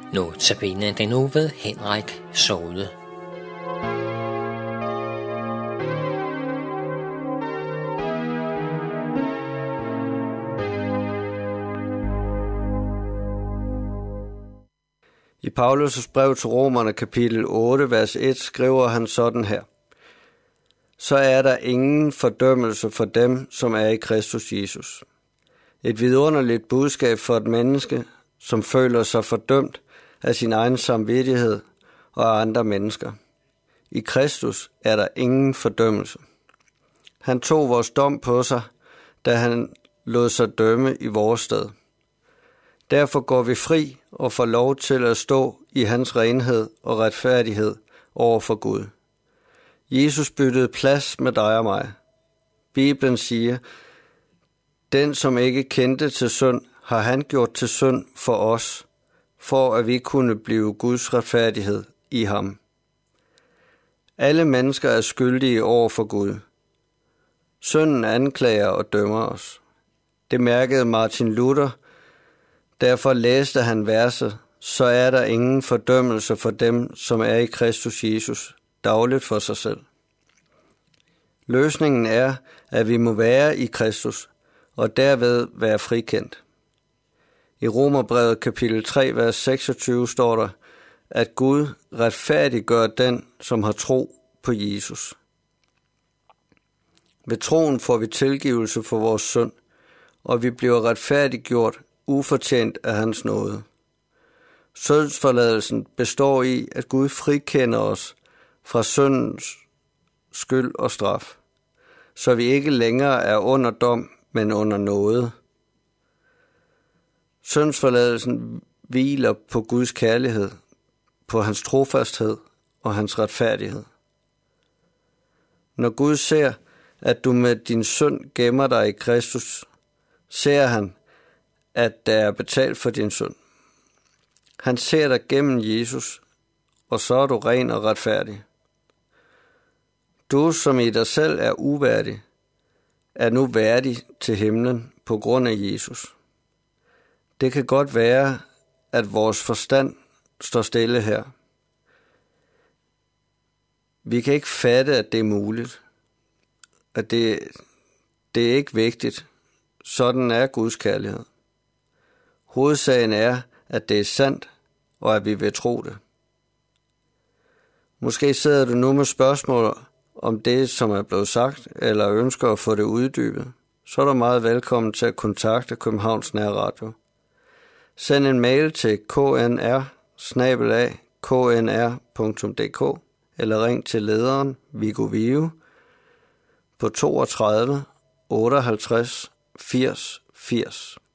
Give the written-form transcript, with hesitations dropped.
Notabene den nu ved Henrik Saude. I Paulus' brev til Romerne kapitel 8, vers 1 skriver han sådan her: Så er der ingen fordømmelse for dem, som er i Kristus Jesus. Et vidunderligt budskab for et menneske, som føler sig fordømt af sin egen samvittighed og af andre mennesker. I Kristus er der ingen fordømmelse. Han tog vores dom på sig, da han lod sig dømme i vores sted. Derfor går vi fri og får lov til at stå i hans renhed og retfærdighed over for Gud. Jesus byttede plads med dig og mig. Bibelen siger, den som ikke kendte til synd, har han gjort til synd for os, for at vi kunne blive Guds retfærdighed i ham. Alle mennesker er skyldige over for Gud. Synden anklager og dømmer os. Det mærkede Martin Luther. Derfor læste han verset, så er der ingen fordømmelse for dem, som er i Kristus Jesus, dagligt for sig selv. Løsningen er, at vi må være i Kristus, og derved være frikendt. I Romerbrevet kapitel 3, vers 26 står der, at Gud retfærdiggør den, som har tro på Jesus. Ved troen får vi tilgivelse for vores synd, og vi bliver retfærdiggjort ufortjent af hans nåde. Syndsforladelsen består i, at Gud frikender os fra syndens skyld og straf, så vi ikke længere er under dom, men under nåde. Syndsforladelsen hviler på Guds kærlighed, på hans trofasthed og hans retfærdighed. Når Gud ser, at du med din synd gemmer dig i Kristus, ser han, at der er betalt for din synd. Han ser dig gennem Jesus, og så er du ren og retfærdig. Du, som i dig selv er uværdig, er nu værdig til himlen på grund af Jesus. Det kan godt være, at vores forstand står stille her. Vi kan ikke fatte, at det er muligt. At det er ikke vigtigt. Sådan er Guds kærlighed. Hovedsagen er, at det er sandt, og at vi vil tro det. Måske sidder du nu med spørgsmål om det, som er blevet sagt, eller ønsker at få det uddybet. Så er du meget velkommen til at kontakte Københavns Nærradio. Send en mail til knr@knr.dk eller ring til lederen Viggo Vive på 32 58 80 80.